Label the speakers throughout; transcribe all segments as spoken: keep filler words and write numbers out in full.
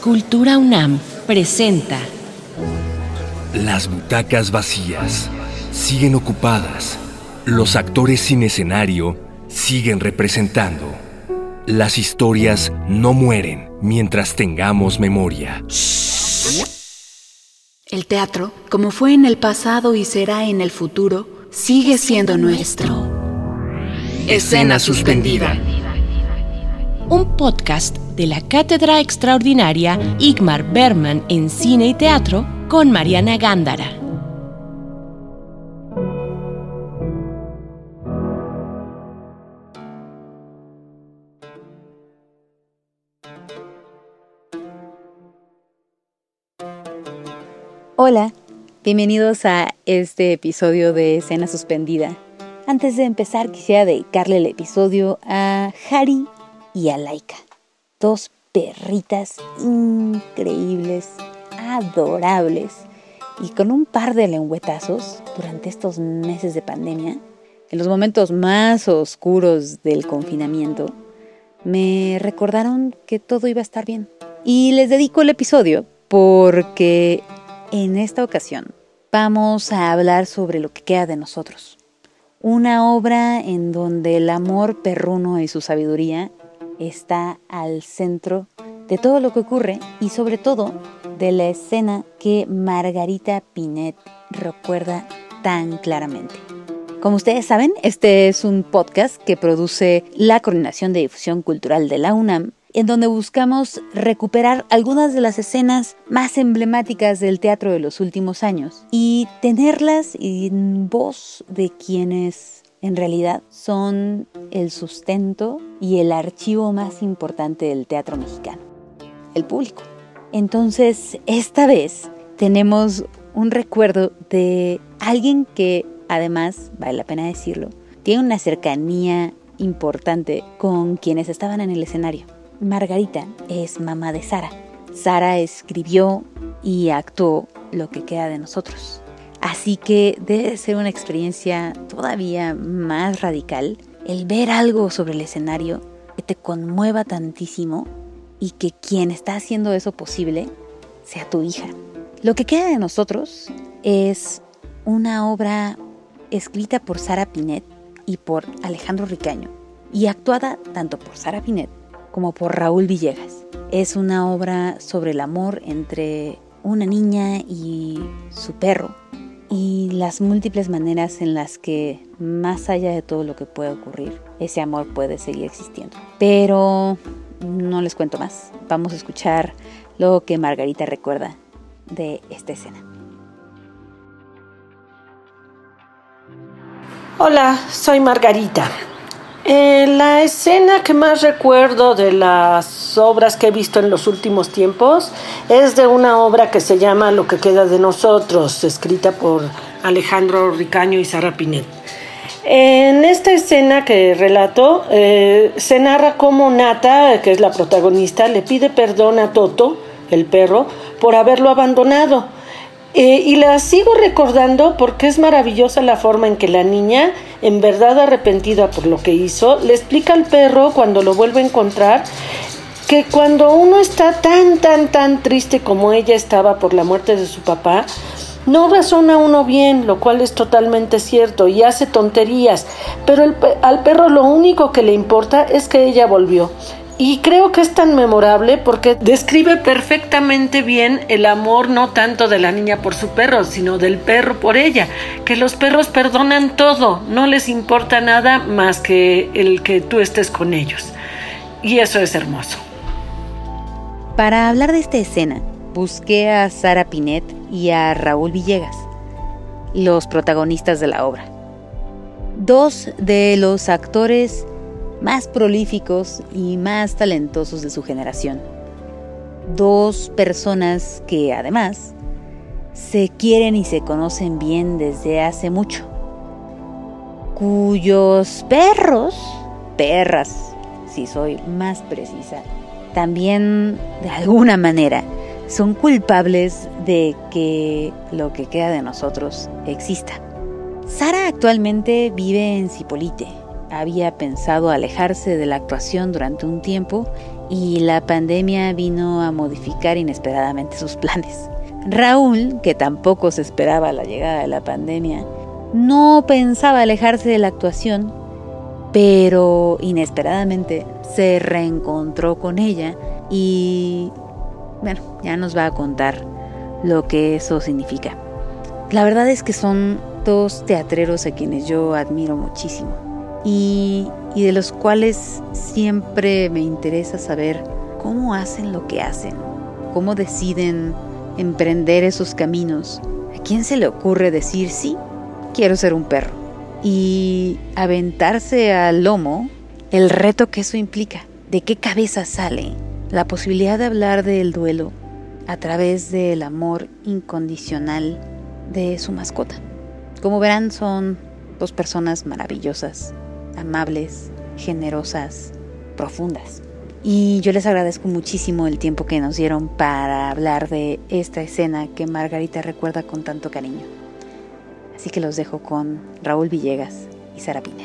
Speaker 1: Cultura UNAM presenta.
Speaker 2: Las butacas vacías siguen ocupadas. Los actores sin escenario siguen representando. Las historias no mueren mientras tengamos memoria.
Speaker 3: El teatro, como fue en el pasado y será en el futuro, sigue siendo nuestro.
Speaker 2: Escena suspendida.
Speaker 1: Un podcast de la Cátedra Extraordinaria Ingmar Bergman en Cine y Teatro con Mariana Gándara.
Speaker 4: Hola, bienvenidos a este episodio de Escena Suspendida. Antes de empezar quisiera dedicarle el episodio a Hari y a Laika, dos perritas increíbles, adorables y con un par de lengüetazos durante estos meses de pandemia. En los momentos más oscuros del confinamiento, me recordaron que todo iba a estar bien. Y les dedico el episodio porque en esta ocasión vamos a hablar sobre lo que queda de nosotros. Una obra en donde el amor perruno y su sabiduría está al centro de todo lo que ocurre y sobre todo de la escena que Margarita Pinet recuerda tan claramente. Como ustedes saben, este es un podcast que produce la Coordinación de Difusión Cultural de la UNAM, en donde buscamos recuperar algunas de las escenas más emblemáticas del teatro de los últimos años y tenerlas en voz de quienes en realidad son el sustento y el archivo más importante del teatro mexicano, el público. Entonces, esta vez tenemos un recuerdo de alguien que, además, vale la pena decirlo, tiene una cercanía importante con quienes estaban en el escenario. Margarita es mamá de Sara. Sara escribió y actuó Lo que queda de nosotros. Así que debe ser una experiencia todavía más radical el ver algo sobre el escenario que te conmueva tantísimo y que quien está haciendo eso posible sea tu hija. Lo que queda de nosotros es una obra escrita por Sara Pinet y por Alejandro Ricaño y actuada tanto por Sara Pinet como por Raúl Villegas. Es una obra sobre el amor entre una niña y su perro y las múltiples maneras en las que, más allá de todo lo que puede ocurrir, ese amor puede seguir existiendo. Pero no les cuento más. Vamos a escuchar lo que Margarita recuerda de esta escena.
Speaker 5: Hola, soy Margarita. Eh, la escena que más recuerdo de las obras que he visto en los últimos tiempos es de una obra que se llama Lo que queda de nosotros, escrita por Alejandro Ricaño y Sara Pinet. En esta escena que relato, eh, se narra cómo Nata, que es la protagonista, le pide perdón a Toto, el perro, por haberlo abandonado. Eh, y la sigo recordando porque es maravillosa la forma en que la niña, en verdad arrepentida por lo que hizo, le explica al perro cuando lo vuelve a encontrar que cuando uno está tan, tan, tan triste como ella estaba por la muerte de su papá, no razona uno bien, lo cual es totalmente cierto, y hace tonterías, pero el, al perro lo único que le importa es que ella volvió. Y creo que es tan memorable porque describe perfectamente bien el amor no tanto de la niña por su perro, sino del perro por ella, que los perros perdonan todo, no les importa nada más que el que tú estés con ellos. Y eso es hermoso.
Speaker 4: Para hablar de esta escena, busqué a Sara Pinet y a Raúl Villegas, los protagonistas de la obra. Dos de los actores más prolíficos y más talentosos de su generación. Dos personas que, además, se quieren y se conocen bien desde hace mucho, cuyos perros, perras, si soy más precisa, también de alguna manera son culpables de que lo que queda de nosotros exista. Sara actualmente vive en Zipolite. Había pensado alejarse de la actuación durante un tiempo y la pandemia vino a modificar inesperadamente sus planes. Raúl, que tampoco se esperaba la llegada de la pandemia, no pensaba alejarse de la actuación, pero inesperadamente se reencontró con ella y, bueno, ya nos va a contar lo que eso significa. La verdad es que son dos teatreros a quienes yo admiro muchísimo y, y de los cuales siempre me interesa saber cómo hacen lo que hacen, cómo deciden emprender esos caminos. ¿A quién se le ocurre decir sí, quiero ser un perro? Y aventarse al lomo el reto que eso implica. ¿De qué cabeza sale la posibilidad de hablar del duelo a través del amor incondicional de su mascota? Como verán, son dos personas maravillosas, amables, generosas, profundas. Y yo les agradezco muchísimo el tiempo que nos dieron para hablar de esta escena que Margarita recuerda con tanto cariño. Así que los dejo con Raúl Villegas y Sara Pinet.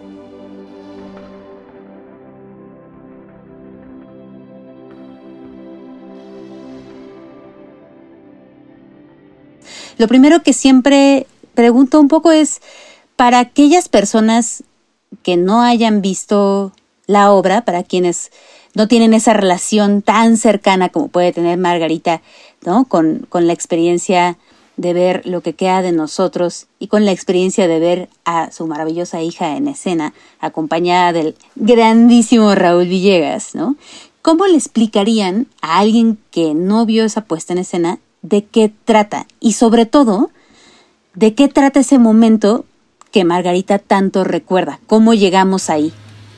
Speaker 4: Lo primero que siempre pregunto un poco es, para aquellas personas que no hayan visto la obra, para quienes no tienen esa relación tan cercana como puede tener Margarita, ¿no? con, con la experiencia de ver Lo que queda de nosotros y con la experiencia de ver a su maravillosa hija en escena, acompañada del grandísimo Raúl Villegas, ¿no? ¿Cómo le explicarían a alguien que no vio esa puesta en escena de qué trata? Y sobre todo, ¿de qué trata ese momento que Margarita tanto recuerda? ¿Cómo llegamos ahí?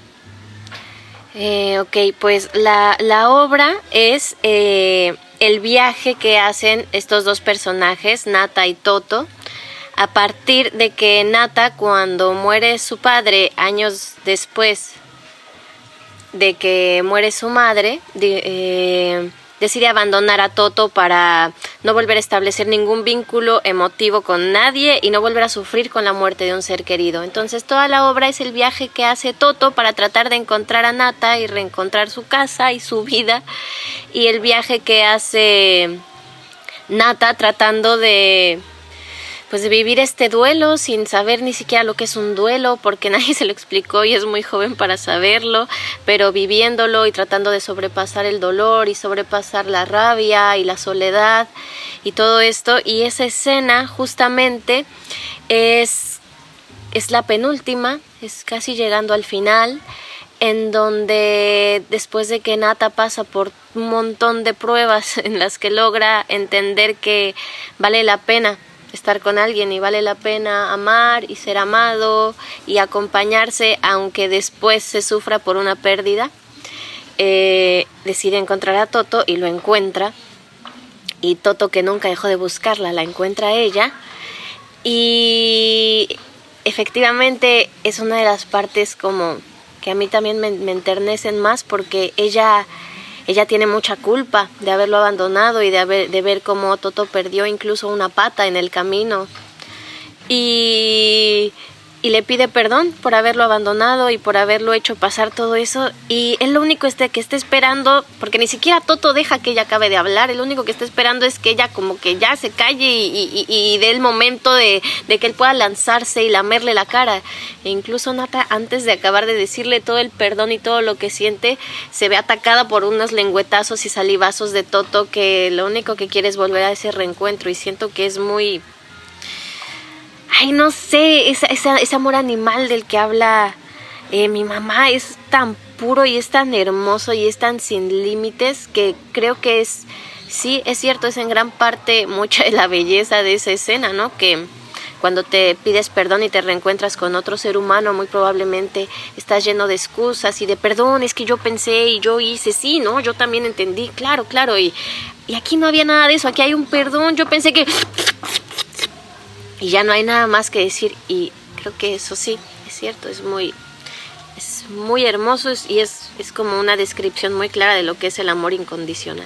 Speaker 6: Eh, ok, pues la, la obra es... Eh... el viaje que hacen estos dos personajes, Nata y Toto, a partir de que Nata, cuando muere su padre, años después de que muere su madre, de, eh, decide abandonar a Toto para no volver a establecer ningún vínculo emotivo con nadie y no volver a sufrir con la muerte de un ser querido. Entonces toda la obra es el viaje que hace Toto para tratar de encontrar a Nata y reencontrar su casa y su vida, y el viaje que hace Nata tratando de pues de vivir este duelo sin saber ni siquiera lo que es un duelo, porque nadie se lo explicó y es muy joven para saberlo, pero viviéndolo y tratando de sobrepasar el dolor y sobrepasar la rabia y la soledad y todo esto. Y esa escena justamente es, es la penúltima, es casi llegando al final, en donde después de que Nata pasa por un montón de pruebas en las que logra entender que vale la pena estar con alguien y vale la pena amar y ser amado y acompañarse, aunque después se sufra por una pérdida, eh, decide encontrar a Toto y lo encuentra, y Toto, que nunca dejó de buscarla, la encuentra a ella, y efectivamente es una de las partes como que a mí también me, me enternecen más, porque ella Ella tiene mucha culpa de haberlo abandonado y de, haber, de ver cómo Toto perdió incluso una pata en el camino. Y, y le pide perdón por haberlo abandonado y por haberlo hecho pasar todo eso. Y él lo único este, que está esperando, porque ni siquiera Toto deja que ella acabe de hablar, el único que está esperando es que ella como que ya se calle y, y, y dé el momento de, de que él pueda lanzarse y lamerle la cara. E incluso Nata, antes de acabar de decirle todo el perdón y todo lo que siente, se ve atacada por unos lengüetazos y salivazos de Toto, que lo único que quiere es volver a ese reencuentro. Y siento que es muy... Ay, no sé, esa, esa, ese amor animal del que habla eh, mi mamá es tan puro y es tan hermoso y es tan sin límites, que creo que es, sí, es cierto, es en gran parte mucha de la belleza de esa escena, ¿no? Que cuando te pides perdón y te reencuentras con otro ser humano, muy probablemente estás lleno de excusas y de perdón, es que yo pensé y yo hice, sí, ¿no? Yo también entendí, claro, claro, y, y aquí no había nada de eso, aquí hay un perdón, yo pensé que... Y ya no hay nada más que decir, y creo que eso sí, es cierto, es muy, es muy hermoso y es, es como una descripción muy clara de lo que es el amor incondicional.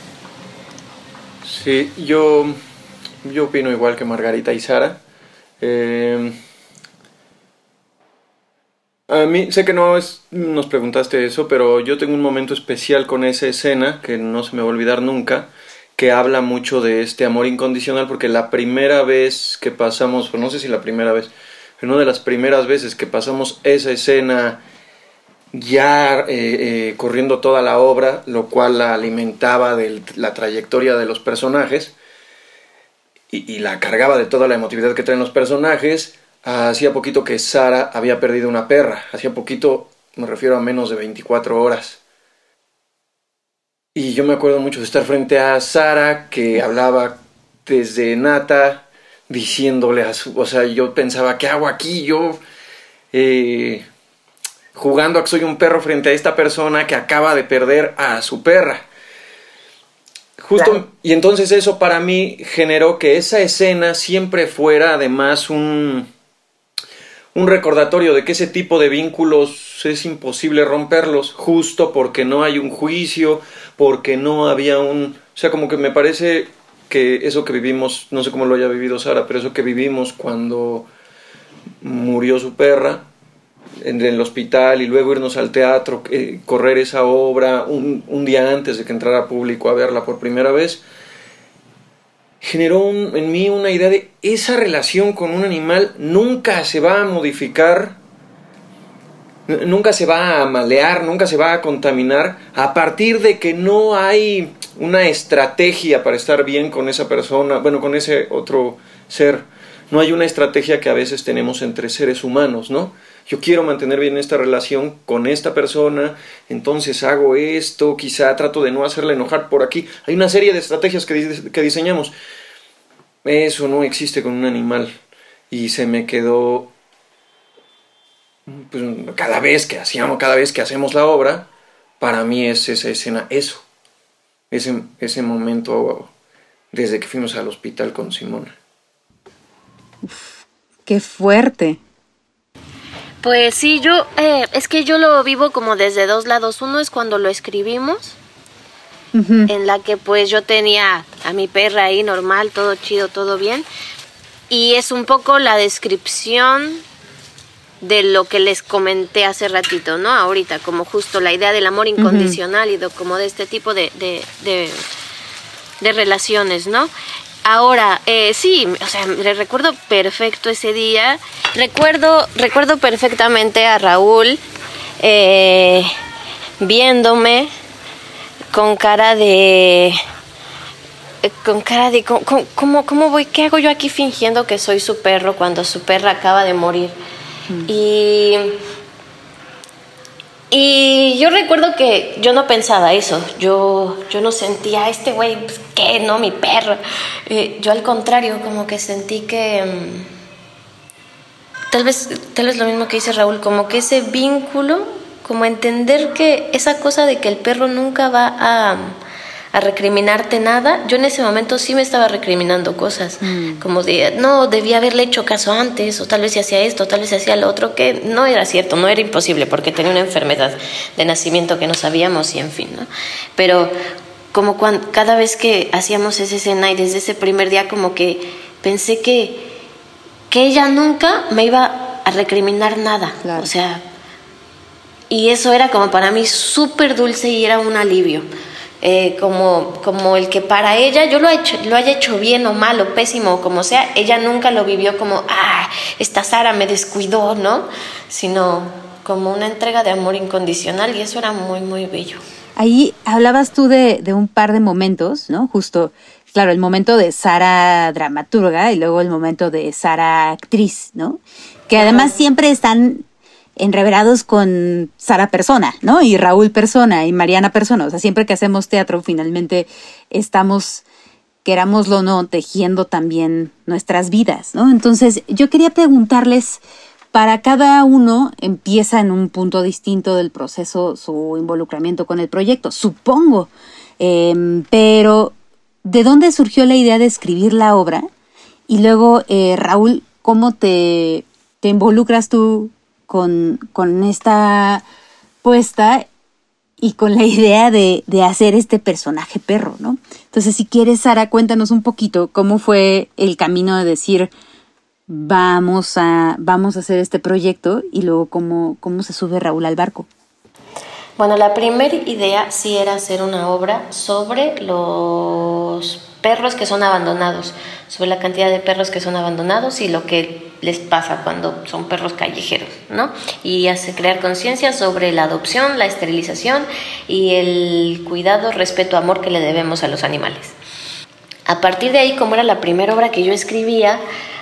Speaker 7: Sí, yo, yo opino igual que Margarita y Sara. Eh, A mí, sé que no es, nos preguntaste eso, pero yo tengo un momento especial con esa escena que no se me va a olvidar nunca, que habla mucho de este amor incondicional, porque la primera vez que pasamos, no sé si la primera vez, pero una de las primeras veces que pasamos esa escena ya eh, eh, corriendo toda la obra, lo cual la alimentaba de la trayectoria de los personajes y, y la cargaba de toda la emotividad que traen los personajes. Hacía poquito que Sara había perdido una perra, hacía poquito, me refiero a menos de veinticuatro horas. Y yo me acuerdo mucho de estar frente a Sara, que hablaba desde Nata, diciéndole a su... O sea, yo pensaba, ¿qué hago aquí? Yo... Eh, jugando a que soy un perro frente a esta persona que acaba de perder a su perra. Justo, claro. Y entonces eso para mí generó que esa escena siempre fuera además un, un recordatorio de que ese tipo de vínculos es imposible romperlos, justo porque no hay un juicio, porque no había un... O sea, como que me parece que eso que vivimos, no sé cómo lo haya vivido Sara, pero eso que vivimos cuando murió su perra en el hospital y luego irnos al teatro, eh, correr esa obra un, un día antes de que entrara público a verla por primera vez, generó un, en mí una idea de esa relación con un animal nunca se va a modificar, n- nunca se va a malear, nunca se va a contaminar a partir de que no hay una estrategia para estar bien con esa persona, bueno, con ese otro ser. No hay una estrategia que a veces tenemos entre seres humanos, ¿no? Yo quiero mantener bien esta relación con esta persona, entonces hago esto, quizá trato de no hacerle enojar por aquí. Hay una serie de estrategias que, dise- que diseñamos. Eso no existe con un animal. Y se me quedó... Pues, cada vez que hacíamos, cada vez que hacemos la obra, para mí es esa escena, eso. Ese, ese momento desde que fuimos al hospital con Simona.
Speaker 4: Uf, ¡qué fuerte!
Speaker 6: Pues sí, yo, eh, es que yo lo vivo como desde dos lados. Uno es cuando lo escribimos, uh-huh. en la que pues yo tenía a mi perra ahí normal, todo chido, todo bien. Y es un poco la descripción de lo que les comenté hace ratito, ¿no? Ahorita, como justo la idea del amor incondicional uh-huh. y de, como de este tipo de, de, de, de relaciones, ¿no? Ahora, eh, sí, o sea, le recuerdo perfecto ese día. Recuerdo, recuerdo perfectamente a Raúl eh, viéndome con cara de... Eh, con cara de... ¿cómo, cómo, ¿Cómo voy? ¿Qué hago yo aquí fingiendo que soy su perro cuando su perra acaba de morir? Mm. Y... Y yo recuerdo que yo no pensaba eso, yo, yo no sentía, este güey, pues, ¿qué? No, mi perro. Eh, yo al contrario, como que sentí que, um, tal vez, tal vez lo mismo que dice Raúl, como que ese vínculo, como entender que esa cosa de que el perro nunca va a, a recriminarte nada, yo en ese momento sí me estaba recriminando cosas, mm. como de, no, debía haberle hecho caso antes, o tal vez se hacía esto, tal vez se hacía lo otro, que no era cierto, no era imposible, porque tenía una enfermedad de nacimiento que no sabíamos y en fin, ¿no? Pero como cuando, cada vez que hacíamos esa escena y desde ese primer día como que pensé que, que ella nunca me iba a recriminar nada, claro. O sea, y eso era como para mí súper dulce y era un alivio. Eh, como, como el que para ella yo lo, he hecho, lo haya hecho bien o mal o pésimo o como sea, ella nunca lo vivió como, ah, esta Sara me descuidó, ¿no? Sino como una entrega de amor incondicional y eso era muy, muy bello.
Speaker 4: Ahí hablabas tú de, de un par de momentos, ¿no? Justo, claro, el momento de Sara dramaturga y luego el momento de Sara actriz, ¿no? Que además Ajá. siempre están... enreveраdos con Sara persona, ¿no? Y Raúl persona y Mariana persona. O sea, siempre que hacemos teatro, finalmente estamos, querámoslo o no, tejiendo también nuestras vidas, ¿no? Entonces, yo quería preguntarles, para cada uno empieza en un punto distinto del proceso su involucramiento con el proyecto, supongo. Eh, pero, ¿de dónde surgió la idea de escribir la obra? Y luego, eh, Raúl, ¿cómo te, te involucras tú Con, con esta puesta y con la idea de, de hacer este personaje perro, ¿no? Entonces, si quieres, Sara, cuéntanos un poquito cómo fue el camino de decir, vamos a, vamos a hacer este proyecto, y luego cómo, cómo se sube Raúl al barco.
Speaker 6: Bueno, la primera idea sí era hacer una obra sobre los perros que son abandonados, sobre la cantidad de perros que son abandonados y lo que les pasa cuando son perros callejeros, ¿no? Y hace crear conciencia sobre la adopción, la esterilización y el cuidado, respeto, amor que le debemos a los animales. A partir de ahí, como era la primera obra que yo escribía,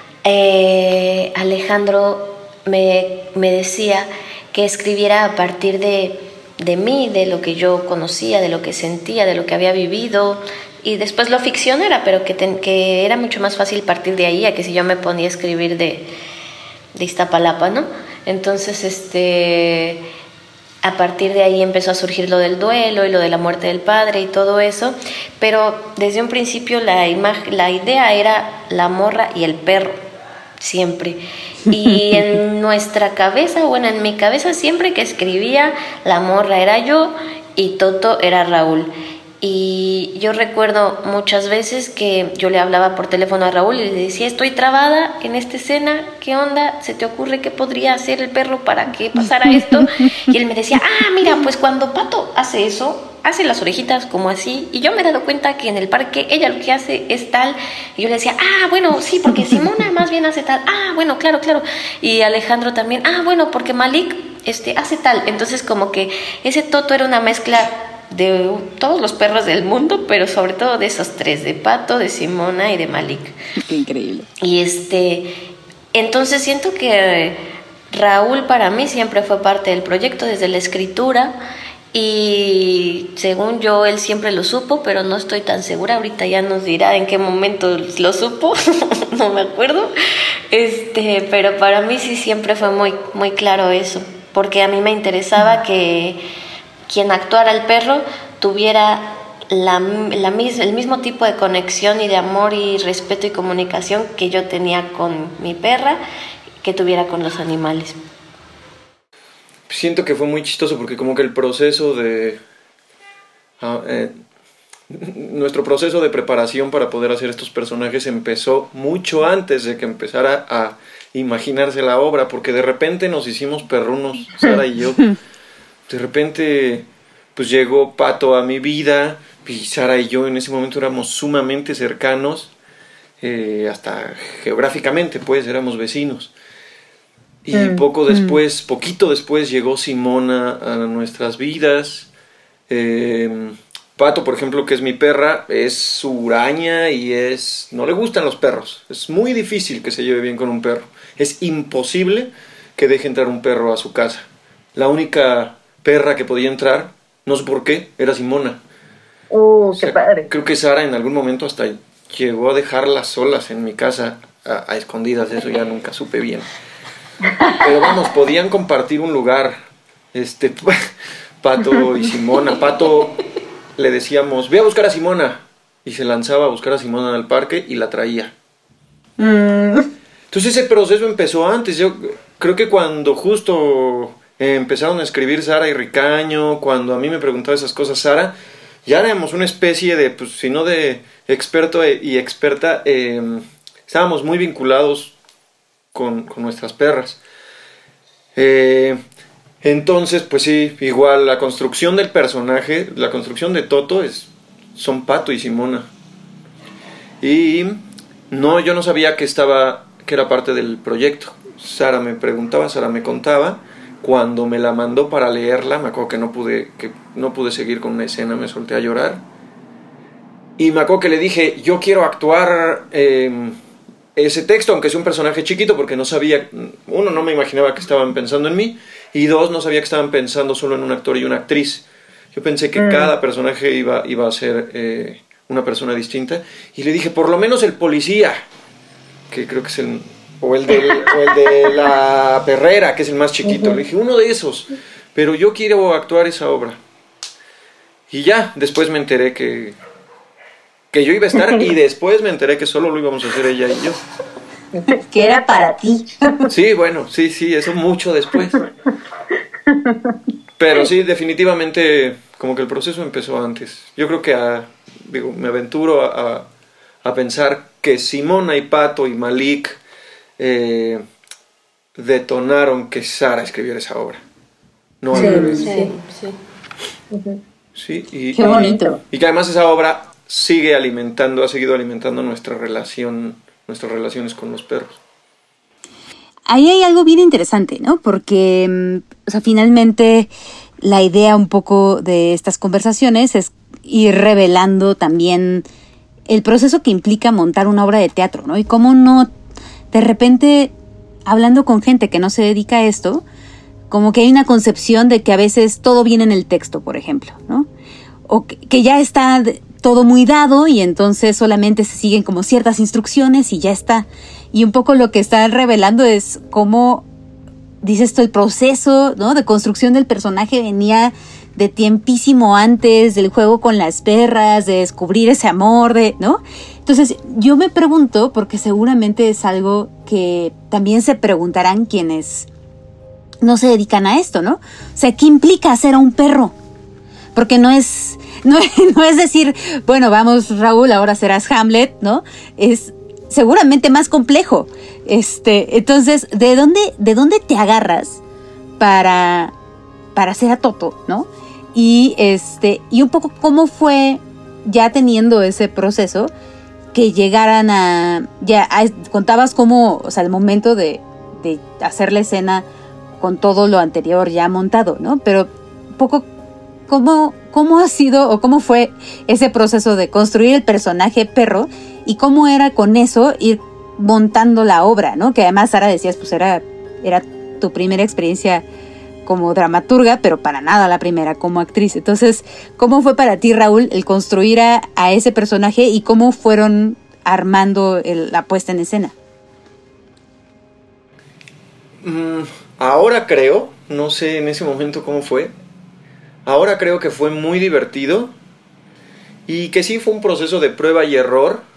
Speaker 6: eh, Alejandro me, me decía que escribiera a partir de, de mí, de lo que yo conocía, de lo que sentía, de lo que había vivido, y después lo ficcionara, pero que, ten, que era mucho más fácil partir de ahí a que si yo me ponía a escribir de, de Iztapalapa, ¿no? Entonces, este, a partir de ahí empezó a surgir lo del duelo y lo de la muerte del padre y todo eso, pero desde un principio la, imag- la idea era la morra y el perro, siempre. Y en nuestra cabeza, bueno, en mi cabeza siempre que escribía, la morra era yo y Toto era Raúl. Y yo recuerdo muchas veces que yo le hablaba por teléfono a Raúl y le decía, estoy trabada en esta escena, ¿qué onda? ¿Se te ocurre qué podría hacer el perro para que pasara esto? Y él me decía, ah, mira, pues cuando Pato hace eso, hace las orejitas como así, y yo me he dado cuenta que en el parque ella lo que hace es tal, y yo le decía, ah, bueno, sí, porque Simona más bien hace tal, ah, bueno, claro, claro, y Alejandro también, ah, bueno, porque Malik este, hace tal. Entonces como que ese Toto era una mezcla de todos los perros del mundo, pero sobre todo de esos tres, de Pato, de Simona y de Malik.
Speaker 4: Qué increíble.
Speaker 6: Y este, entonces siento que Raúl para mí siempre fue parte del proyecto desde la escritura, y según yo él siempre lo supo, pero no estoy tan segura, ahorita ya nos dirá en qué momento lo supo. No me acuerdo, este, pero para mí sí siempre fue muy, muy claro eso, porque a mí me interesaba que quien actuara el perro tuviera la, la mis, el mismo tipo de conexión y de amor y respeto y comunicación que yo tenía con mi perra, que tuviera con los animales.
Speaker 7: Siento que fue muy chistoso porque como que el proceso de... Uh, eh, nuestro proceso de preparación para poder hacer estos personajes empezó mucho antes de que empezara a imaginarse la obra, porque de repente nos hicimos perrunos, Sara y yo. De repente, pues llegó Pato a mi vida, y Sara y yo en ese momento éramos sumamente cercanos, eh, hasta geográficamente, pues, éramos vecinos. Y mm, poco después, mm. poquito después, llegó Simona a nuestras vidas. Eh, Pato, por ejemplo, que es mi perra, es huraña y es no le gustan los perros. Es muy difícil que se lleve bien con un perro. Es imposible que deje entrar un perro a su casa. La única perra que podía entrar, no sé por qué, era Simona.
Speaker 5: ¡Oh, qué o sea, padre!
Speaker 7: Creo que Sara en algún momento hasta llegó a dejarlas solas en mi casa, a, a escondidas, eso ya nunca supe bien. Pero vamos, podían compartir un lugar, este, Pato y Simona. Pato le decíamos, ve a buscar a Simona, y se lanzaba a buscar a Simona al parque y la traía. Mm. Entonces ese proceso empezó antes. Yo creo que cuando justo Eh, empezaron a escribir Sara y Ricaño, cuando a mí me preguntaba esas cosas Sara, ya éramos una especie de, pues si no de experto y experta, eh, estábamos muy vinculados con, con nuestras perras. Eh, entonces, pues sí, igual la construcción del personaje, la construcción de Toto es, son Pato y Simona. Y no, yo no sabía que estaba, que era parte del proyecto. Sara me preguntaba, Sara me contaba. Cuando me la mandó para leerla, me acuerdo que no pude, que no pude seguir con una escena, me solté a llorar. Y me acuerdo que le dije, yo quiero actuar eh, ese texto, aunque sea un personaje chiquito, porque no sabía, uno, no me imaginaba que estaban pensando en mí, y dos, no sabía que estaban pensando solo en un actor y una actriz. Yo pensé que mm. cada personaje iba, iba a ser eh, una persona distinta, y le dije, por lo menos el policía, que creo que es el... O el, del, o el de la perrera, que es el más chiquito. Le dije, uno de esos. Pero yo quiero actuar esa obra. Y ya, después me enteré que, que yo iba a estar. Y después me enteré que solo lo íbamos a hacer ella y yo.
Speaker 4: Que era para ti.
Speaker 7: Sí, bueno, sí, sí, eso mucho después. Pero sí, definitivamente, como que el proceso empezó antes. Yo creo que, a, digo, me aventuro a, a, a pensar que Simona y Pato y Malik... eh, detonaron que Sara escribiera esa obra. No
Speaker 5: Sí,
Speaker 7: al revés.
Speaker 5: sí, sí.
Speaker 8: Ujú.
Speaker 7: Sí, y,
Speaker 4: Qué bonito.
Speaker 7: y que además esa obra sigue alimentando, ha seguido alimentando nuestra relación, nuestras relaciones con los perros.
Speaker 4: Ahí hay algo bien interesante, ¿no? Porque, mm, o sea, finalmente la idea un poco de estas conversaciones es ir revelando también el proceso que implica montar una obra de teatro, ¿no? Y cómo no, de repente, hablando con gente que no se dedica a esto, como que hay una concepción de que a veces todo viene en el texto, por ejemplo, ¿no? O que, que ya está todo muy dado y entonces solamente se siguen como ciertas instrucciones y ya está. Y un poco lo que está revelando es cómo, dices tú, el proceso, ¿no?, de construcción del personaje venía de tiempísimo antes del juego con las perras, de descubrir ese amor, de, ¿no? Entonces yo me pregunto, porque seguramente es algo que también se preguntarán quienes no se dedican a esto, ¿no? O sea, ¿qué implica hacer a un perro? Porque no es, no, no es decir, bueno, vamos, Raúl, ahora serás Hamlet, ¿no? Es seguramente más complejo. Este, entonces, ¿de dónde, de dónde te agarras para, para hacer a Toto, ¿no? Y este, y un poco cómo fue, ya teniendo ese proceso, que llegaran a, ya a, contabas cómo, o sea, el momento de, de hacer la escena con todo lo anterior ya montado, ¿no? Pero un poco, ¿cómo, cómo ha sido o cómo fue ese proceso de construir el personaje perro y cómo era con eso ir montando la obra, ¿no? Que además, Sara, decías, pues era, era tu primera experiencia como dramaturga, pero para nada la primera como actriz. Entonces, ¿cómo fue para ti, Raúl, el construir a, a ese personaje y cómo fueron armando el, la puesta en escena?
Speaker 7: Mm, ahora creo, no sé en ese momento cómo fue, ahora creo que fue muy divertido y que sí fue un proceso de prueba y error.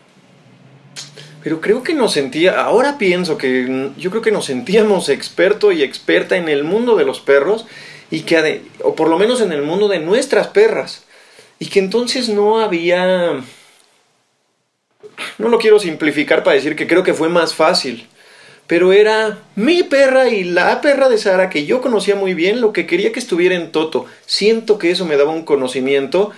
Speaker 7: Pero creo que nos sentía, ahora pienso que yo creo que nos sentíamos experto y experta en el mundo de los perros y que, o por lo menos en el mundo de nuestras perras, y que entonces no había, no lo quiero simplificar para decir que creo que fue más fácil, pero era mi perra y la perra de Sara, que yo conocía muy bien, lo que quería que estuviera en Toto. Siento que eso me daba un conocimiento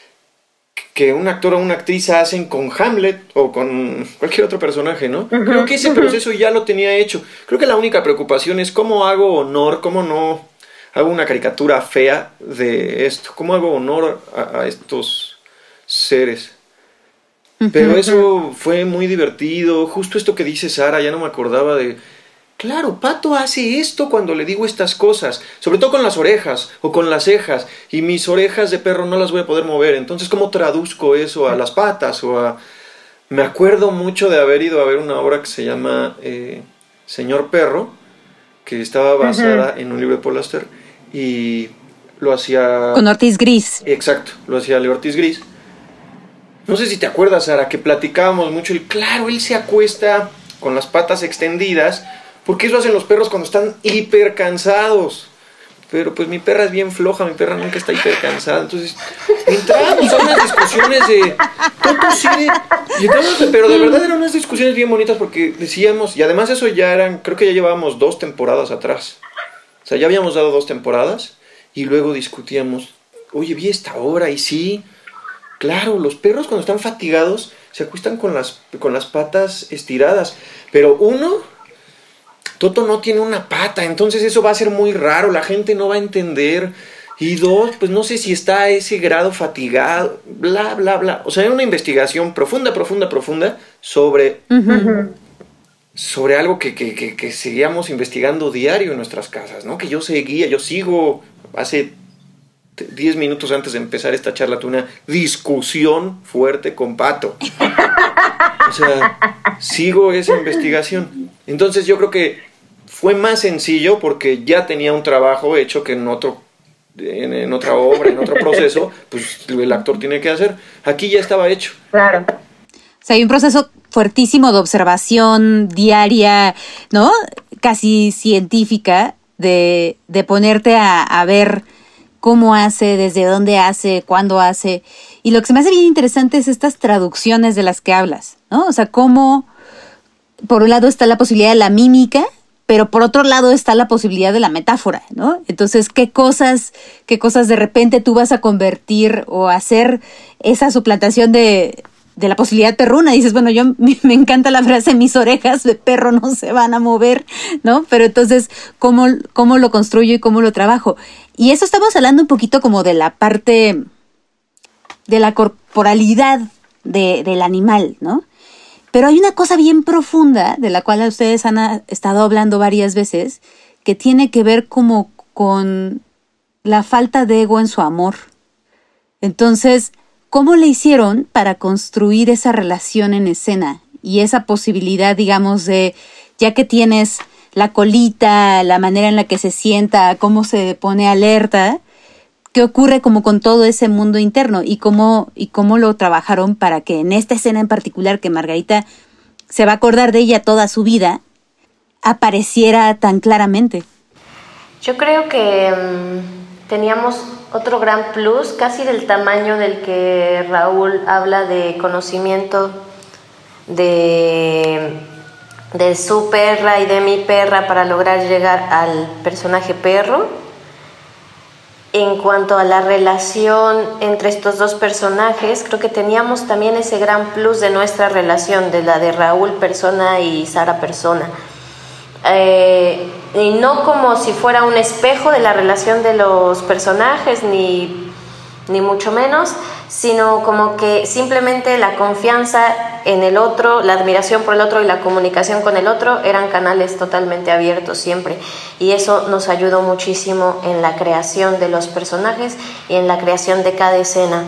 Speaker 7: que un actor o una actriz hacen con Hamlet o con cualquier otro personaje, ¿no? Uh-huh, Creo que ese uh-huh. proceso ya lo tenía hecho. Creo que la única preocupación es cómo hago honor, cómo no hago una caricatura fea de esto, cómo hago honor a, a estos seres. Uh-huh. Pero eso fue muy divertido. Justo esto que dice Sara, ya no me acordaba de... Claro, Pato hace esto cuando le digo estas cosas, sobre todo con las orejas o con las cejas, y mis orejas de perro no las voy a poder mover, entonces ¿cómo traduzco eso a las patas? O a... Me acuerdo mucho de haber ido a ver una obra que se llama eh, Señor Perro, que estaba basada uh-huh. en un libro de Paul Auster, y lo hacía...
Speaker 4: Con Ortiz Gris.
Speaker 7: Exacto, lo hacía Leo Ortiz Gris. No sé si te acuerdas, Sara, que platicábamos mucho, y claro, él se acuesta con las patas extendidas, porque eso hacen los perros cuando están hiper cansados. Pero pues mi perra es bien floja, mi perra nunca está hiper cansada. Entonces entramos a unas discusiones de Toto sí de, y entramos, pero de verdad eran unas discusiones bien bonitas porque decíamos, y además eso ya eran, creo que ya llevábamos dos temporadas atrás. O sea, ya habíamos dado dos temporadas y luego discutíamos, oye, vi esta obra y sí, claro, los perros cuando están fatigados se acuestan con las, con las patas estiradas. Pero uno... Toto no tiene una pata, entonces eso va a ser muy raro, la gente no va a entender. Y dos, pues no sé si está a ese grado fatigado, bla, bla, bla. O sea, era una investigación profunda, profunda, profunda sobre, uh-huh. sobre algo que, que, que, que seguíamos investigando diario en nuestras casas, ¿no? Que yo seguía, yo sigo, hace diez minutos antes de empezar esta charla, tuve una discusión fuerte con Pato. O sea, sigo esa investigación. Entonces yo creo que fue más sencillo porque ya tenía un trabajo hecho que en otro en, en otra obra, en otro proceso, pues el actor tiene que hacer. Aquí ya estaba hecho.
Speaker 8: Claro.
Speaker 4: O sea, hay un proceso fuertísimo de observación diaria, ¿no? Casi científica, de, de ponerte a, a ver cómo hace, desde dónde hace, cuándo hace. Y lo que se me hace bien interesante es estas traducciones de las que hablas, ¿no? O sea, cómo... por un lado está la posibilidad de la mímica, pero por otro lado está la posibilidad de la metáfora, ¿no? Entonces, ¿qué cosas, qué cosas de repente tú vas a convertir o hacer esa suplantación de, de la posibilidad perruna? Dices, bueno, yo me encanta la frase, mis orejas de perro no se van a mover, ¿no? Pero entonces, ¿cómo, cómo lo construyo y cómo lo trabajo? Y eso estamos hablando un poquito como de la parte de la corporalidad de, del animal, ¿no? Pero hay una cosa bien profunda, de la cual ustedes han a, estado hablando varias veces, que tiene que ver como con la falta de ego en su amor. Entonces, ¿cómo le hicieron para construir esa relación en escena? Y esa posibilidad, digamos, de, ya que tienes la colita, la manera en la que se sienta, cómo se pone alerta, ¿qué ocurre como con todo ese mundo interno? Y cómo, y cómo lo trabajaron para que en esta escena en particular, que Margarita se va a acordar de ella toda su vida, apareciera tan claramente.
Speaker 6: Yo creo que um, teníamos otro gran plus, casi del tamaño del que Raúl habla de conocimiento de, de su perra y de mi perra para lograr llegar al personaje perro. En cuanto a la relación entre estos dos personajes, creo que teníamos también ese gran plus de nuestra relación, de la de Raúl persona y Sara persona. Eh, y no como si fuera un espejo de la relación de los personajes, ni, ni mucho menos, sino como que simplemente la confianza en el otro, la admiración por el otro y la comunicación con el otro eran canales totalmente abiertos siempre, y eso nos ayudó muchísimo en la creación de los personajes y en la creación de cada escena.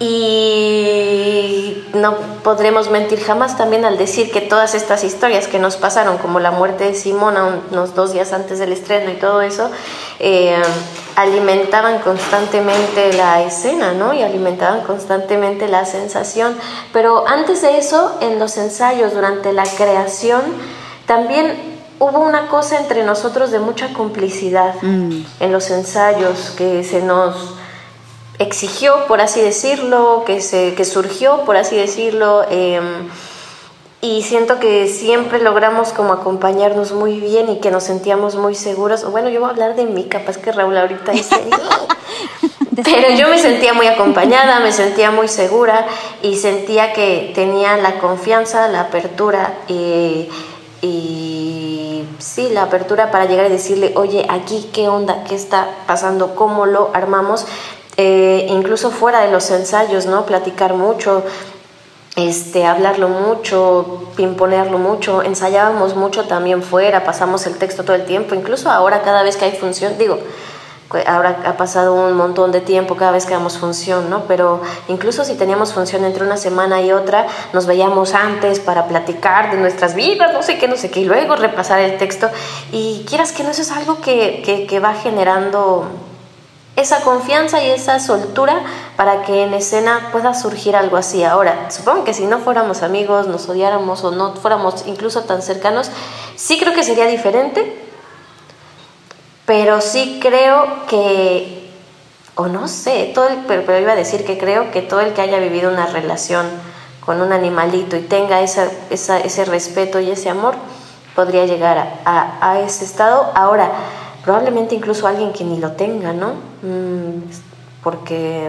Speaker 6: Y no podremos mentir jamás también al decir que todas estas historias que nos pasaron, como la muerte de Simona unos dos días antes del estreno y todo eso, eh, alimentaban constantemente la escena, ¿no? Y alimentaban constantemente la sensación. Pero antes de eso, en los ensayos, durante la creación, también hubo una cosa entre nosotros de mucha complicidad. Mm. En los ensayos que se nos exigió, por así decirlo, que, se, que surgió, por así decirlo, eh, y siento que siempre logramos como acompañarnos muy bien y que nos sentíamos muy seguros. Bueno, yo voy a hablar de mí, capaz que Raúl ahorita dice, pero yo me sentía muy acompañada, me sentía muy segura y sentía que tenía la confianza, la apertura y, y sí, la apertura para llegar y decirle, oye, aquí qué onda, qué está pasando, cómo lo armamos. Eh, incluso fuera de los ensayos, ¿no? Platicar mucho, este, hablarlo mucho, imponerlo mucho, ensayábamos mucho también fuera, pasamos el texto todo el tiempo, incluso ahora cada vez que hay función, digo, ahora ha pasado un montón de tiempo cada vez que damos función, ¿no? Pero incluso si teníamos función entre una semana y otra, nos veíamos antes para platicar de nuestras vidas, no sé qué, no sé qué, y luego repasar el texto, y quieras que no, eso es algo que, que, que va generando esa confianza y esa soltura para que en escena pueda surgir algo así. Ahora, supongo que si no fuéramos amigos, nos odiáramos o no fuéramos incluso tan cercanos, sí creo que sería diferente, pero sí creo que, o no sé, todo el, pero, pero iba a decir que creo que todo el que haya vivido una relación con un animalito y tenga esa, esa, ese respeto y ese amor, podría llegar a, a, a ese estado. Ahora, probablemente incluso alguien que ni lo tenga, ¿no? Mm, porque,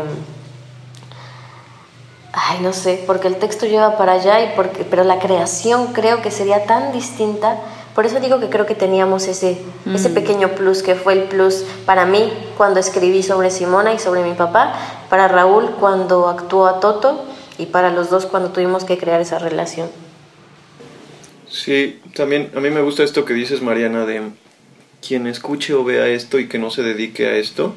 Speaker 6: ay, no sé, porque el texto lleva para allá, y porque, pero la creación creo que sería tan distinta. Por eso digo que creo que teníamos ese, mm. ese pequeño plus, que fue el plus para mí cuando escribí sobre Simona y sobre mi papá, para Raúl cuando actuó a Toto, y para los dos cuando tuvimos que crear esa relación.
Speaker 7: Sí, también a mí me gusta esto que dices, Mariana, de quien escuche o vea esto y que no se dedique a esto.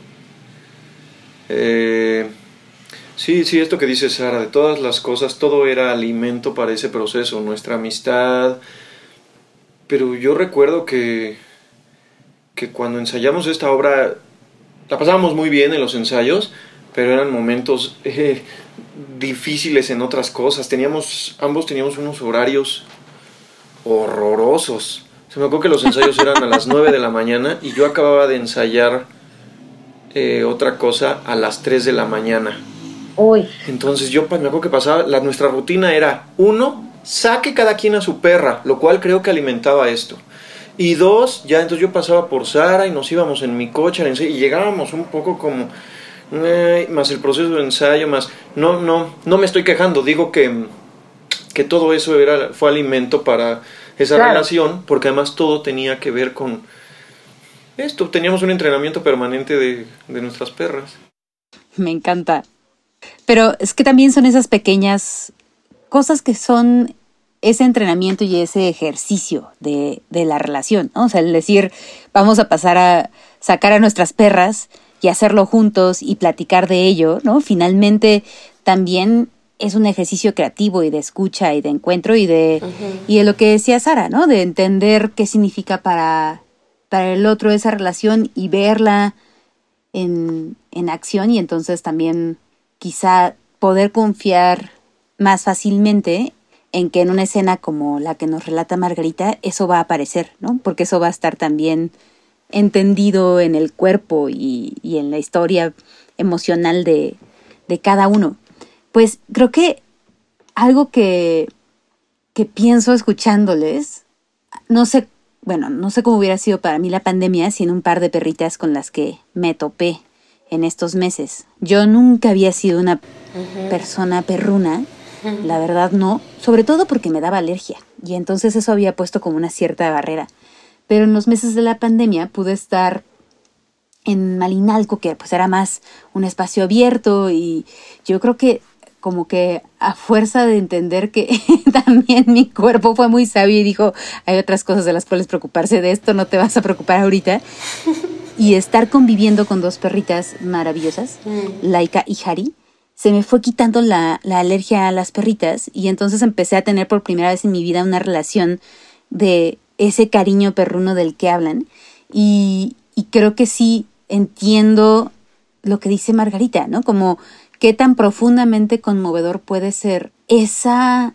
Speaker 7: Eh, sí, sí, esto que dice Sara, de todas las cosas, todo era alimento para ese proceso, nuestra amistad. Pero yo recuerdo que, que cuando ensayamos esta obra, la pasábamos muy bien en los ensayos, pero eran momentos eh, difíciles en otras cosas. Teníamos, ambos teníamos unos horarios horrorosos. Se me acuerdo que los ensayos eran a las nueve de la mañana y yo acababa de ensayar eh, otra cosa a las tres de la mañana.
Speaker 4: Uy.
Speaker 7: Entonces yo me acuerdo que pasaba, la, nuestra rutina era, uno, saque cada quien a su perra, lo cual creo que alimentaba esto. Y dos, ya entonces yo pasaba por Sara y nos íbamos en mi coche al ensayo y llegábamos un poco como, eh, más el proceso de ensayo, más, no, no, no me estoy quejando, digo que, que todo eso era, fue alimento para esa claro. relación, porque además todo tenía que ver con esto, teníamos un entrenamiento permanente de, de nuestras perras.
Speaker 4: Me encanta. Pero es que también son esas pequeñas cosas que son ese entrenamiento y ese ejercicio de, de la relación, ¿no? O sea, el decir, vamos a pasar a sacar a nuestras perras y hacerlo juntos y platicar de ello, ¿no? Finalmente también es un ejercicio creativo y de escucha y de encuentro y de, uh-huh. y de lo que decía Sara, ¿no? De entender qué significa para, para el otro esa relación y verla en, en acción, y entonces también quizá poder confiar más fácilmente en que en una escena como la que nos relata Margarita, eso va a aparecer, ¿no? Porque eso va a estar también entendido en el cuerpo y, y en la historia emocional de, de cada uno. Pues creo que algo que, que pienso escuchándoles, no sé, bueno, no sé cómo hubiera sido para mí la pandemia sin un par de perritas con las que me topé en estos meses. Yo nunca había sido una uh-huh. persona perruna, la verdad no, sobre todo porque me daba alergia y entonces eso había puesto como una cierta barrera. Pero en los meses de la pandemia pude estar en Malinalco, que pues era más un espacio abierto, y yo creo que como que a fuerza de entender que también mi cuerpo fue muy sabio y dijo, hay otras cosas de las cuales preocuparse, de esto no te vas a preocupar ahorita. Y estar conviviendo con dos perritas maravillosas, mm. Laika y Hari, se me fue quitando la, la alergia a las perritas, y entonces empecé a tener por primera vez en mi vida una relación de ese cariño perruno del que hablan, y, y creo que sí entiendo lo que dice Margarita, ¿no? Como qué tan profundamente conmovedor puede ser esa,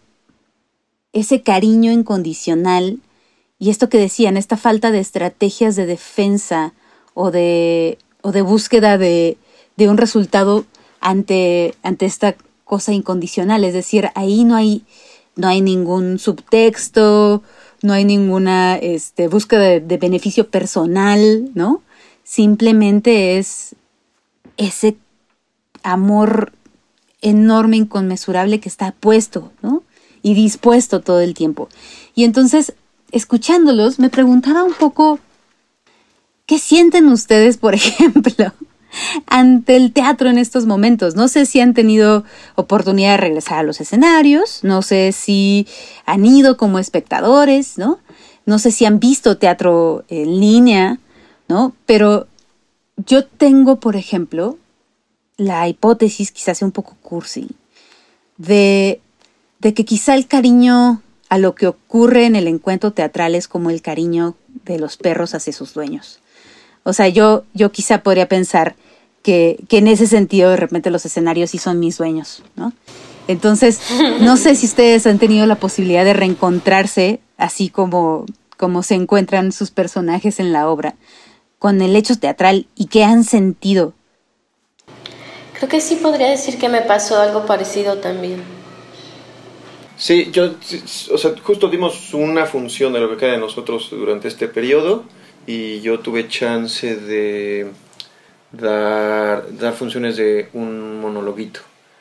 Speaker 4: ese cariño incondicional, y esto que decían, esta falta de estrategias de defensa o de, o de búsqueda de, de un resultado ante, ante esta cosa incondicional. Es decir, ahí no hay, no hay ningún subtexto, no hay ninguna este, búsqueda de, de beneficio personal, ¿no? Simplemente es ese amor enorme, inconmensurable que está puesto, ¿no? Y dispuesto todo el tiempo. Y entonces, escuchándolos, me preguntaba un poco, ¿qué sienten ustedes, por ejemplo, ante el teatro en estos momentos? No sé si han tenido oportunidad de regresar a los escenarios, no sé si han ido como espectadores, ¿no? No sé si han visto teatro en línea, ¿no? Pero yo tengo, por ejemplo, la hipótesis, quizás sea un poco cursi, de, de que quizá el cariño a lo que ocurre en el encuentro teatral es como el cariño de los perros hacia sus dueños. O sea, yo, yo quizá podría pensar que, que en ese sentido de repente los escenarios sí son mis dueños, ¿no? Entonces, no sé si ustedes han tenido la posibilidad de reencontrarse, así como, como se encuentran sus personajes en la obra, con el hecho teatral, y qué han sentido.
Speaker 6: Creo que sí podría decir que me pasó algo parecido también.
Speaker 7: Sí, yo, o sea, justo dimos una función de lo que queda de nosotros durante este periodo, y yo tuve chance de dar, dar funciones de un monologuito.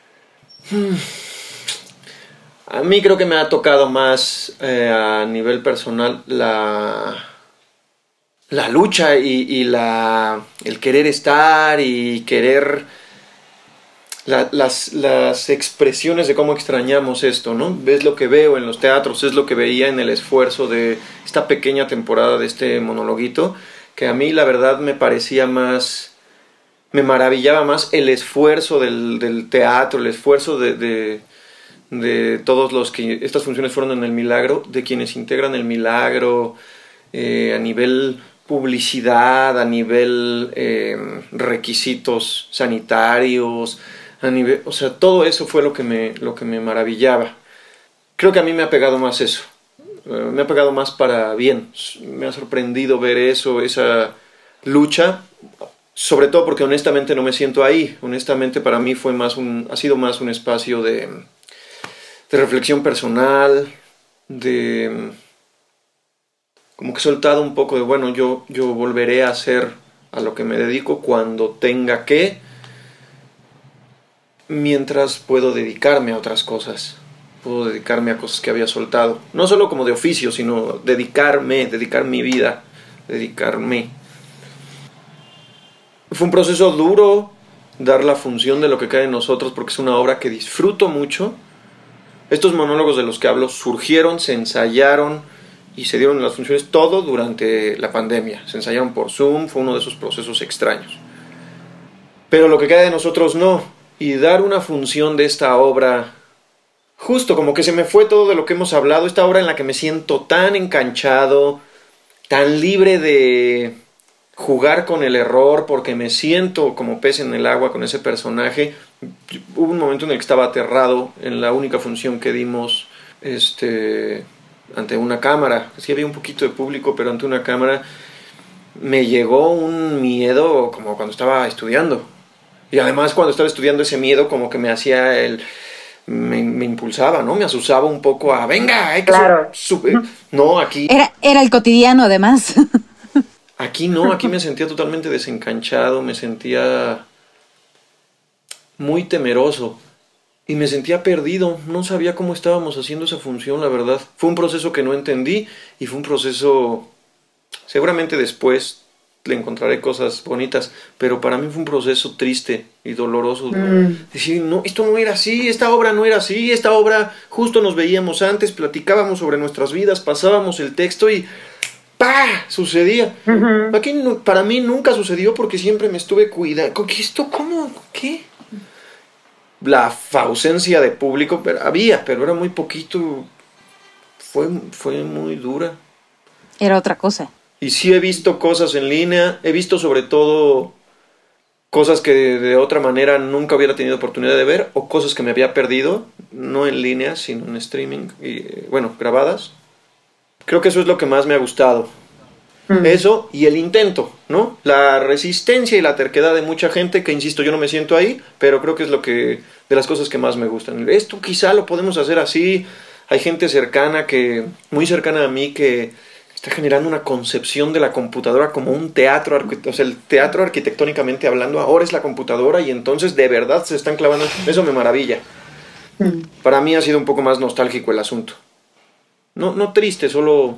Speaker 7: A mí creo que me ha tocado más eh, a nivel personal la, la lucha y, y la, el querer estar y querer la, las, las expresiones de cómo extrañamos esto, ¿no? Ves lo que veo en los teatros, es lo que veía en el esfuerzo de esta pequeña temporada de este monologuito, que a mí la verdad me parecía más, me maravillaba más el esfuerzo del, del teatro, el esfuerzo de, de, de todos los que estas funciones fueron en el Milagro, de quienes integran el Milagro, eh, a nivel publicidad, a nivel eh, requisitos sanitarios, a nivel, o sea, todo eso fue lo que me, lo que me maravillaba. Creo que a mí me ha pegado más eso, uh, me ha pegado más para bien, me ha sorprendido ver eso, esa lucha, sobre todo porque honestamente no me siento ahí, honestamente para mí fue más un, ha sido más un espacio de, de reflexión personal, de... como que he soltado un poco de, bueno, yo, yo volveré a hacer a lo que me dedico cuando tenga que, mientras puedo dedicarme a otras cosas. Puedo dedicarme a cosas que había soltado. No solo como de oficio, sino dedicarme, dedicar mi vida, dedicarme. Fue un proceso duro dar la función de lo que cae en nosotros, porque es una obra que disfruto mucho. Estos monólogos de los que hablo surgieron, se ensayaron y se dieron las funciones todo durante la pandemia. Se ensayaron por Zoom, fue uno de esos procesos extraños. Pero lo que cae de nosotros no. Y dar una función de esta obra... Justo, como que se me fue todo de lo que hemos hablado, esta obra en la que me siento tan enganchado, tan libre de jugar con el error, porque me siento como pez en el agua con ese personaje. Hubo un momento en el que estaba aterrado en la única función que dimos este, ante una cámara. Sí había un poquito de público, pero ante una cámara me llegó un miedo como cuando estaba estudiando. Y además cuando estaba estudiando ese miedo como que me hacía el... Me, me impulsaba, ¿no? Me asusaba un poco a, venga, hay que
Speaker 8: claro.
Speaker 7: super... No, aquí...
Speaker 4: Era, era el cotidiano, además.
Speaker 7: Aquí no, aquí me sentía totalmente desencanchado, me sentía muy temeroso y me sentía perdido. No sabía cómo estábamos haciendo esa función, la verdad. Fue un proceso que no entendí y fue un proceso... Seguramente después le encontraré cosas bonitas, pero para mí fue un proceso triste y doloroso. Mm. Decir, no, esto no era así, esta obra no era así, esta obra justo nos veíamos antes, platicábamos sobre nuestras vidas, pasábamos el texto y ¡pah! Sucedía. Uh-huh. Aquí no, para mí nunca sucedió porque siempre me estuve cuidando. ¿Qué esto? ¿Cómo? ¿Qué? La ausencia de público, pero había, pero era muy poquito. Fue, fue muy dura.
Speaker 4: Era otra cosa.
Speaker 7: Y sí he visto cosas en línea, he visto sobre todo cosas que de, de otra manera nunca hubiera tenido oportunidad de ver, o cosas que me había perdido, no en línea, sino en streaming, y bueno, grabadas. Creo que eso es lo que más me ha gustado. Mm. Eso y el intento, ¿no? La resistencia y la terquedad de mucha gente, que insisto, yo no me siento ahí, pero creo que es lo que de las cosas que más me gustan. Esto quizá lo podemos hacer así. Hay gente cercana, que muy cercana a mí, que está generando una concepción de la computadora como un teatro, o sea, el teatro arquitectónicamente hablando, ahora es la computadora y entonces de verdad se están clavando. Eso me maravilla. Mm. Para mí ha sido un poco más nostálgico el asunto. No, no triste, solo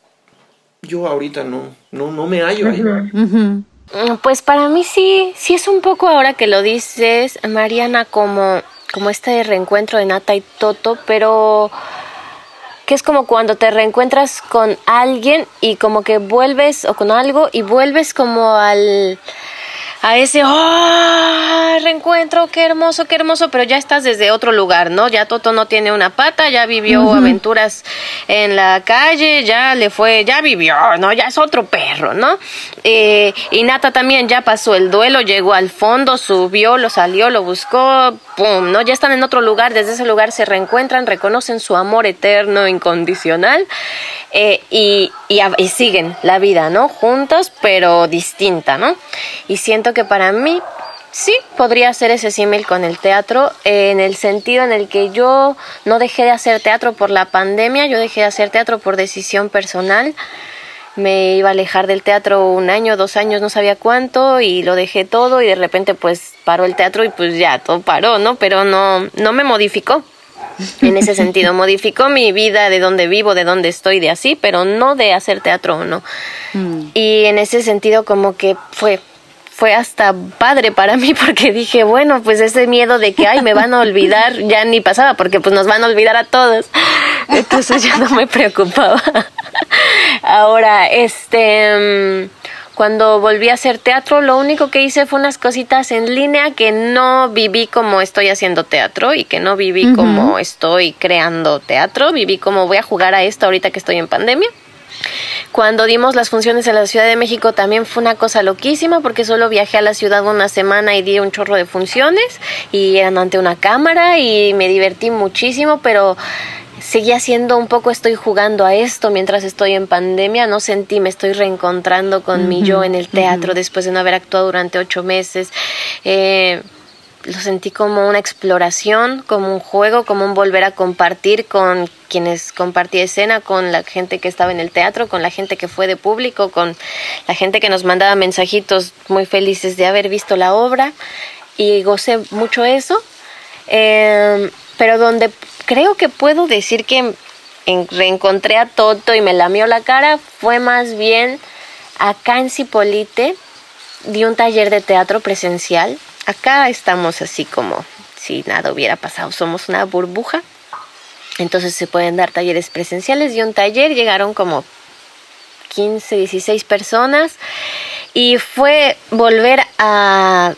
Speaker 7: yo ahorita no, no, no me hallo ahí.
Speaker 6: Uh-huh. Pues para mí sí, sí es un poco, ahora que lo dices, Mariana, como, como este reencuentro de Nata y Toto, pero que es como cuando te reencuentras con alguien y como que vuelves, o con algo, y vuelves como al... a ese ¡oh! Reencuentro, qué hermoso, qué hermoso, pero ya estás desde otro lugar, ¿no? Ya Toto no tiene una pata, ya vivió uh-huh. aventuras en la calle, ya le fue, ya vivió, ¿no? Ya es otro perro, ¿no? Eh, y Nata también ya pasó el duelo, llegó al fondo, subió, lo salió, lo buscó, ¡pum!, ¿no? Ya están en otro lugar, desde ese lugar se reencuentran, reconocen su amor eterno, incondicional, eh, y, y, y siguen la vida, ¿no? Juntos, pero distinta, ¿no? Y siento que para mí sí podría hacer ese símil con el teatro, eh, en el sentido en el que yo no dejé de hacer teatro por la pandemia, yo dejé de hacer teatro por decisión personal. Me iba a alejar del teatro un año, dos años, no sabía cuánto, y lo dejé todo, y de repente pues paró el teatro y pues ya todo paró, ¿no? Pero no, no me modificó. En ese sentido, modificó mi vida, de dónde vivo, de dónde estoy, de así, pero no de hacer teatro o no. Mm. Y en ese sentido como que fue... fue hasta padre para mí, porque dije, bueno, pues ese miedo de que, ay, me van a olvidar, ya ni pasaba, porque pues nos van a olvidar a todos. Entonces ya no me preocupaba. Ahora, este, cuando volví a hacer teatro, lo único que hice fue unas cositas en línea, que no viví como estoy haciendo teatro y que no viví uh-huh. como estoy creando teatro. Viví como voy a jugar a esto ahorita que estoy en pandemia. Cuando dimos las funciones en la Ciudad de México también fue una cosa loquísima, porque solo viajé a la ciudad una semana y di un chorro de funciones y eran ante una cámara y me divertí muchísimo, pero seguía siendo un poco estoy jugando a esto mientras estoy en pandemia. No sentí, me estoy reencontrando con uh-huh. mi yo en el teatro uh-huh. después de no haber actuado durante ocho meses. Eh, lo sentí como una exploración, como un juego, como un volver a compartir con quienes compartí escena, con la gente que estaba en el teatro, con la gente que fue de público, con la gente que nos mandaba mensajitos muy felices de haber visto la obra, y gocé mucho eso. Eh, pero donde creo que puedo decir que en, reencontré a Toto y me lamió la cara fue más bien acá en Zipolite. Di un taller de teatro presencial. Acá estamos así como si nada hubiera pasado, somos una burbuja, entonces se pueden dar talleres presenciales. Y un taller, llegaron como quince, dieciséis personas, y fue volver a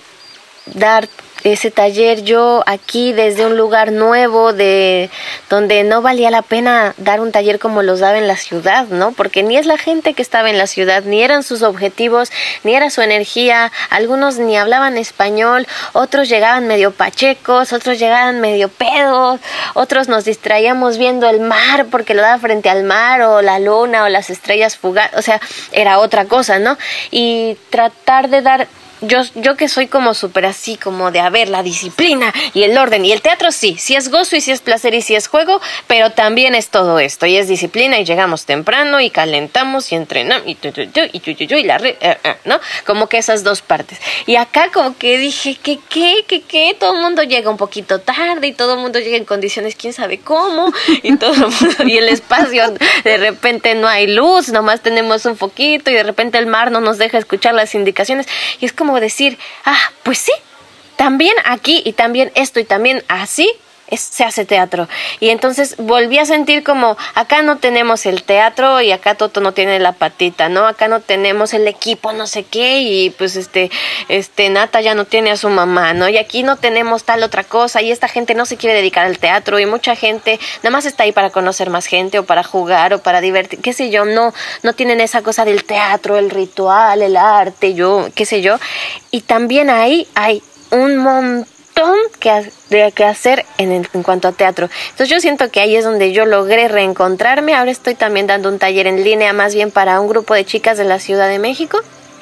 Speaker 6: dar ese taller yo aquí desde un lugar nuevo, de donde no valía la pena dar un taller como los daba en la ciudad, ¿no? Porque ni es la gente que estaba en la ciudad, ni eran sus objetivos, ni era su energía. Algunos ni hablaban español, otros llegaban medio pachecos, otros llegaban medio pedos, otros nos distraíamos viendo el mar porque lo daba frente al mar, o la luna, o las estrellas fugaces. O sea, era otra cosa, ¿no? Y tratar de dar... Yo, yo que soy como súper así, como de, a ver, la disciplina y el orden. Y el teatro sí, sí es gozo y sí es placer y sí es juego, pero también es todo esto. Y es disciplina, y llegamos temprano y calentamos y entrenamos y tu, tu, tu, y, tu, tu, tu, y la re, uh, uh, ¿no? Como que esas dos partes. Y acá como que dije, ¿qué, qué, qué, qué? Todo el mundo llega un poquito tarde y todo el mundo llega en condiciones quién sabe cómo. Y todo el mundo, y el espacio, de repente no hay luz, nomás tenemos un foquito, y de repente el mar no nos deja escuchar las indicaciones. Y es como como decir, ah, pues sí, también aquí y también esto y también así es, se hace teatro. Y entonces volví a sentir como, acá no tenemos el teatro y acá Toto no tiene la patita, ¿no? Acá no tenemos el equipo no sé qué, y pues este, este Nata ya no tiene a su mamá, ¿no? Y aquí no tenemos tal otra cosa, y esta gente no se quiere dedicar al teatro, y mucha gente nada más está ahí para conocer más gente, o para jugar, o para divertir, qué sé yo, no, no tienen esa cosa del teatro, el ritual, el arte, yo, qué sé yo. Y también ahí hay un montón que, de, que hacer en, el, en cuanto a teatro. Entonces yo siento que ahí es donde yo logré reencontrarme. Ahora estoy también dando un taller en línea, más bien para un grupo de chicas de la Ciudad de México,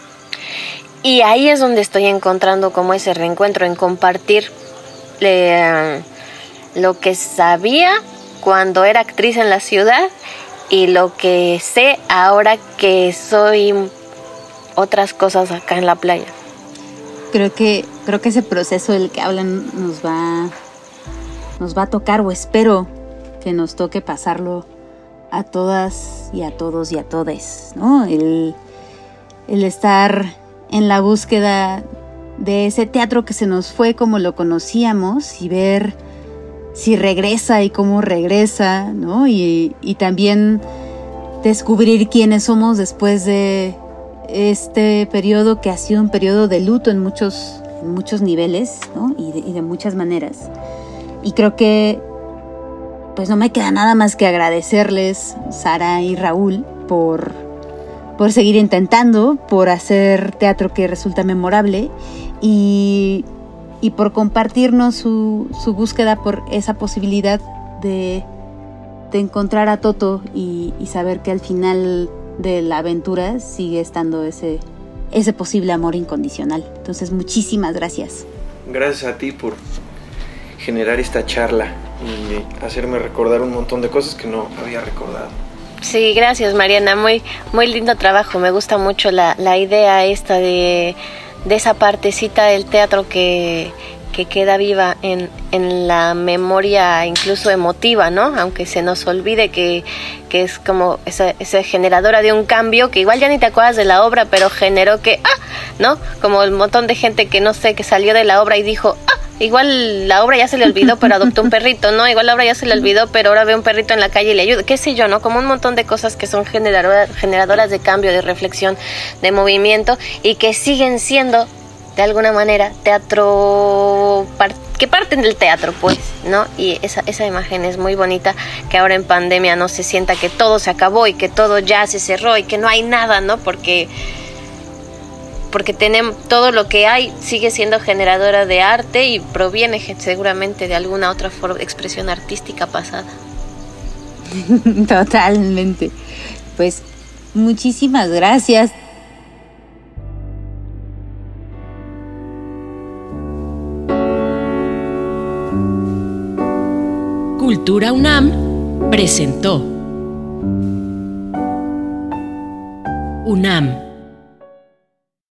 Speaker 6: y ahí es donde estoy encontrando como ese reencuentro, en compartir eh, lo que sabía cuando era actriz en la ciudad y lo que sé ahora que soy otras cosas acá en la playa.
Speaker 4: Creo que, creo que ese proceso del que hablan nos va, nos va a tocar, o espero que nos toque pasarlo a todas y a todos y a todes, ¿no? El, el estar en la búsqueda de ese teatro que se nos fue como lo conocíamos, y ver si regresa y cómo regresa, ¿no? Y, y también descubrir quiénes somos después de este periodo que ha sido un periodo de luto en muchos, en muchos niveles, ¿no? Y de, y de muchas maneras. Y creo que pues no me queda nada más que agradecerles, Sara y Raúl, por, por seguir intentando, por hacer teatro que resulta memorable, y, y por compartirnos su, su búsqueda por esa posibilidad de, de encontrar a Toto y, y saber que al final de la aventura sigue estando ese, ese posible amor incondicional. Entonces, muchísimas gracias.
Speaker 7: Gracias a ti por generar esta charla y hacerme recordar un montón de cosas que no había recordado.
Speaker 6: Sí, gracias, Mariana, muy, muy lindo trabajo. Me gusta mucho la, la idea esta de, de esa partecita del teatro que, que queda viva en, en la memoria, incluso emotiva, ¿no? Aunque se nos olvide que, que es como esa, esa generadora de un cambio, que igual ya ni te acuerdas de la obra, pero generó que, ¡ah!, ¿no? Como el montón de gente que, no sé, que salió de la obra y dijo, ¡ah!, igual la obra ya se le olvidó, pero adoptó un perrito, ¿no? Igual la obra ya se le olvidó, pero ahora ve un perrito en la calle y le ayuda, qué sé yo, ¿no? Como un montón de cosas que son generadoras, generadoras de cambio, de reflexión, de movimiento, y que siguen siendo, de alguna manera, teatro, que parten del teatro, pues, ¿no? Y esa, esa imagen es muy bonita, que ahora en pandemia no se sienta que todo se acabó y que todo ya se cerró y que no hay nada, ¿no? Porque... porque tenemos todo lo que hay, sigue siendo generadora de arte y proviene seguramente de alguna otra forma, expresión artística pasada.
Speaker 4: Totalmente. Pues muchísimas gracias.
Speaker 1: Cultura UNAM presentó UNAM,